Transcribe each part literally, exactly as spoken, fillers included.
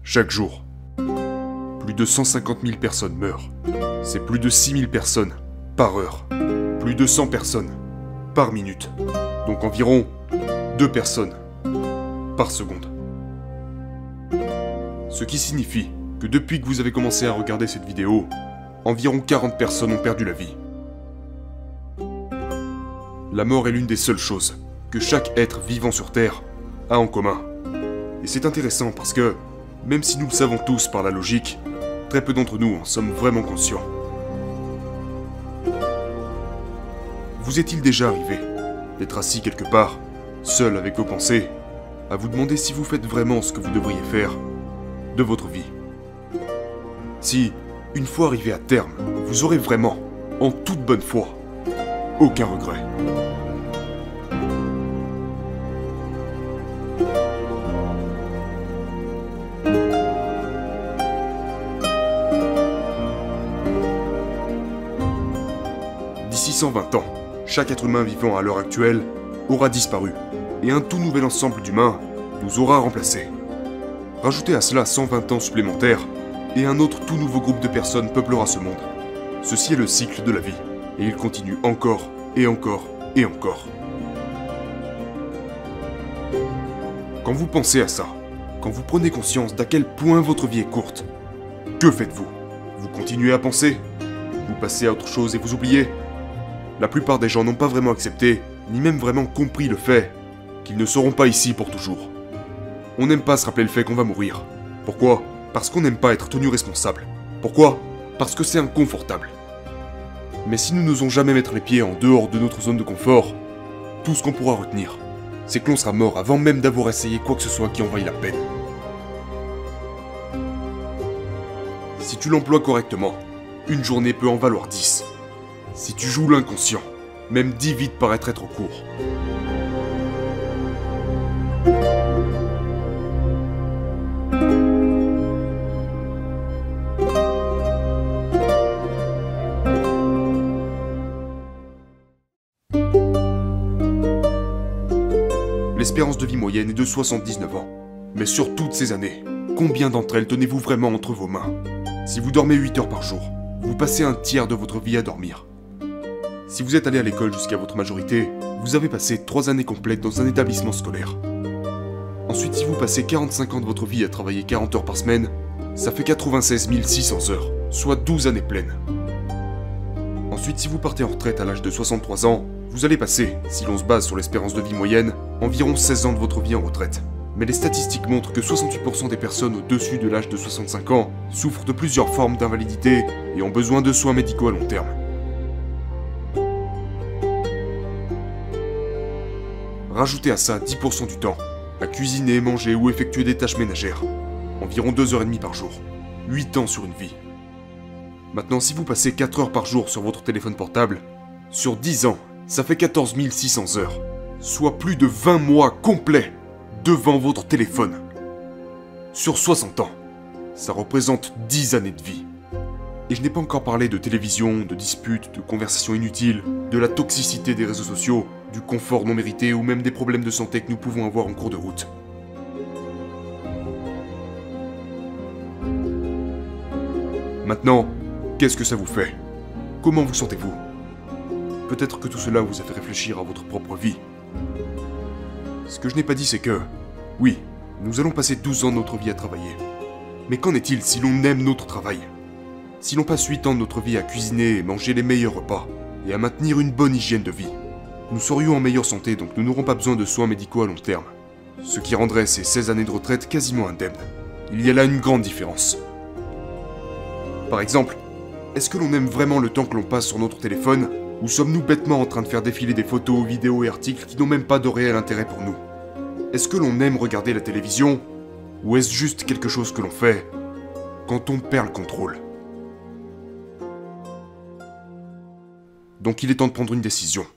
Chaque jour, plus de cent cinquante mille personnes meurent. C'est plus de six mille personnes par heure. Plus de cent personnes par minute. Donc environ deux personnes par seconde. Ce qui signifie que depuis que vous avez commencé à regarder cette vidéo, environ quarante personnes ont perdu la vie. La mort est l'une des seules choses que chaque être vivant sur Terre a en commun. Et c'est intéressant parce que, même si nous le savons tous par la logique, très peu d'entre nous en sommes vraiment conscients. Vous est-il déjà arrivé d'être assis quelque part, seul avec vos pensées, à vous demander si vous faites vraiment ce que vous devriez faire de votre vie? Si, une fois arrivé à terme, vous aurez vraiment, en toute bonne foi, aucun regret. D'ici cent vingt ans, chaque être humain vivant à l'heure actuelle aura disparu, et un tout nouvel ensemble d'humains nous aura remplacés. Rajoutez à cela cent vingt ans supplémentaires, et un autre tout nouveau groupe de personnes peuplera ce monde. Ceci est le cycle de la vie, et il continue encore, et encore, et encore. Quand vous pensez à ça, quand vous prenez conscience d'à quel point votre vie est courte, que faites-vous? Vous continuez à penser? Vous passez à autre chose et vous oubliez? La plupart des gens n'ont pas vraiment accepté, ni même vraiment compris le fait qu'ils ne seront pas ici pour toujours. On n'aime pas se rappeler le fait qu'on va mourir. Pourquoi? Parce qu'on n'aime pas être tenu responsable. Pourquoi? Parce que c'est inconfortable. Mais si nous n'osons jamais mettre les pieds en dehors de notre zone de confort, tout ce qu'on pourra retenir, c'est que l'on sera mort avant même d'avoir essayé quoi que ce soit qui en vaille la peine. Si tu l'emploies correctement, une journée peut en valoir dix. Si tu joues l'inconscient, même dix vies te paraîtraient trop court. L'espérance de vie moyenne est de soixante-dix-neuf ans. Mais sur toutes ces années, combien d'entre elles tenez-vous vraiment entre vos mains? Si vous dormez huit heures par jour, vous passez un tiers de votre vie à dormir. Si vous êtes allé à l'école jusqu'à votre majorité, vous avez passé trois années complètes dans un établissement scolaire. Ensuite, si vous passez quarante-cinq ans de votre vie à travailler quarante heures par semaine, ça fait quatre-vingt-seize mille six cents heures, soit douze années pleines. Ensuite, si vous partez en retraite à l'âge de soixante-trois ans, vous allez passer, si l'on se base sur l'espérance de vie moyenne, environ seize ans de votre vie en retraite. Mais les statistiques montrent que soixante-huit pour cent des personnes au-dessus de l'âge de soixante-cinq ans souffrent de plusieurs formes d'invalidité et ont besoin de soins médicaux à long terme. Rajoutez à ça dix pour cent du temps à cuisiner, manger ou effectuer des tâches ménagères. Environ deux heures trente par jour. huit ans sur une vie. Maintenant, si vous passez quatre heures par jour sur votre téléphone portable, sur dix ans, ça fait quatorze mille six cents heures. Soit plus de vingt mois complets devant votre téléphone. Sur soixante ans, ça représente dix années de vie. Et je n'ai pas encore parlé de télévision, de disputes, de conversations inutiles, de la toxicité des réseaux sociaux, du confort non mérité ou même des problèmes de santé que nous pouvons avoir en cours de route. Maintenant, qu'est-ce que ça vous fait? Comment vous sentez-vous? Peut-être que tout cela vous a fait réfléchir à votre propre vie. Ce que je n'ai pas dit, c'est que, oui, nous allons passer douze ans de notre vie à travailler. Mais qu'en est-il si l'on aime notre travail? Si l'on passe huit ans de notre vie à cuisiner et manger les meilleurs repas, et à maintenir une bonne hygiène de vie, nous serions en meilleure santé, donc nous n'aurons pas besoin de soins médicaux à long terme. Ce qui rendrait ces seize années de retraite quasiment indemnes. Il y a là une grande différence. Par exemple, est-ce que l'on aime vraiment le temps que l'on passe sur notre téléphone, ou sommes-nous bêtement en train de faire défiler des photos, vidéos et articles qui n'ont même pas de réel intérêt pour nous? Est-ce que l'on aime regarder la télévision, ou est-ce juste quelque chose que l'on fait quand on perd le contrôle? Donc il est temps de prendre une décision.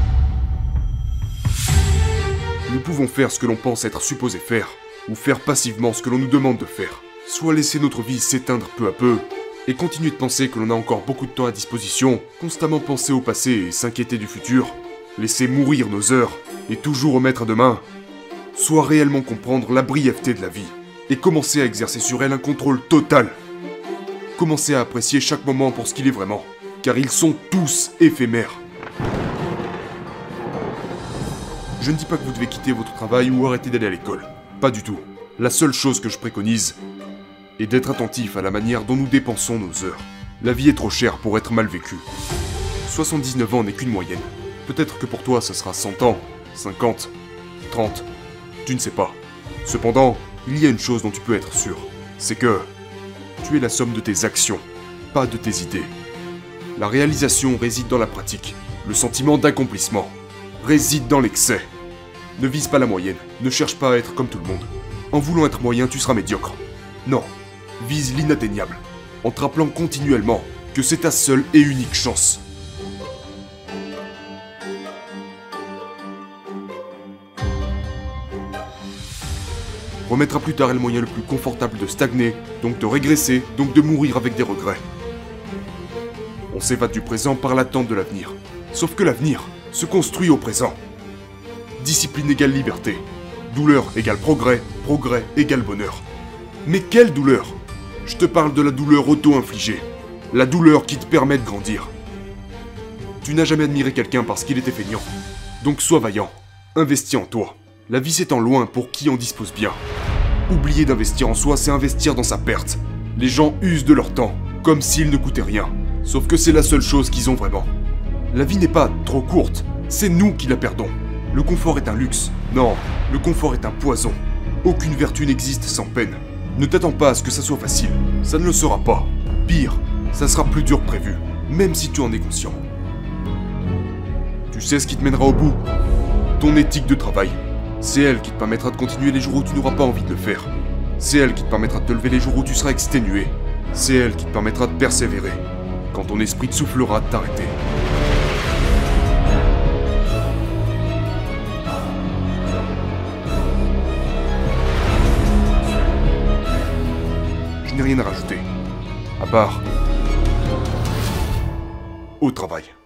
Nous pouvons faire ce que l'on pense être supposé faire, ou faire passivement ce que l'on nous demande de faire. Soit laisser notre vie s'éteindre peu à peu, et continuer de penser que l'on a encore beaucoup de temps à disposition, constamment penser au passé et s'inquiéter du futur, laisser mourir nos heures, et toujours remettre à demain, soit réellement comprendre la brièveté de la vie, et commencez à exercer sur elle un contrôle total. Commencez à apprécier chaque moment pour ce qu'il est vraiment, car ils sont tous éphémères. Je ne dis pas que vous devez quitter votre travail ou arrêter d'aller à l'école. Pas du tout. La seule chose que je préconise est d'être attentif à la manière dont nous dépensons nos heures. La vie est trop chère pour être mal vécue. soixante-dix-neuf ans n'est qu'une moyenne. Peut-être que pour toi, ce sera cent ans, cinquante, trente, tu ne sais pas. Cependant, il y a une chose dont tu peux être sûr, c'est que tu es la somme de tes actions, pas de tes idées. La réalisation réside dans la pratique. Le sentiment d'accomplissement réside dans l'excès. Ne vise pas la moyenne, ne cherche pas à être comme tout le monde. En voulant être moyen, tu seras médiocre. Non, vise l'inatteignable, en te rappelant continuellement que c'est ta seule et unique chance. Remettre à plus tard est le moyen le plus confortable de stagner, donc de régresser, donc de mourir avec des regrets. On s'évade du présent par l'attente de l'avenir. Sauf que l'avenir se construit au présent. Discipline égale liberté. Douleur égale progrès, progrès égale bonheur. Mais quelle douleur? Je te parle de la douleur auto-infligée. La douleur qui te permet de grandir. Tu n'as jamais admiré quelqu'un parce qu'il était feignant. Donc sois vaillant. Investis en toi. La vie s'étend loin pour qui en dispose bien. Oublier d'investir en soi, c'est investir dans sa perte. Les gens usent de leur temps, comme s'il ne coûtait rien. Sauf que c'est la seule chose qu'ils ont vraiment. La vie n'est pas trop courte, c'est nous qui la perdons. Le confort est un luxe. Non, le confort est un poison. Aucune vertu n'existe sans peine. Ne t'attends pas à ce que ça soit facile. Ça ne le sera pas. Pire, ça sera plus dur que prévu, même si tu en es conscient. Tu sais ce qui te mènera au bout? Ton éthique de travail. C'est elle qui te permettra de continuer les jours où tu n'auras pas envie de le faire. C'est elle qui te permettra de te lever les jours où tu seras exténué. C'est elle qui te permettra de persévérer, quand ton esprit te soufflera de t'arrêter. Je n'ai rien à rajouter, à part au travail.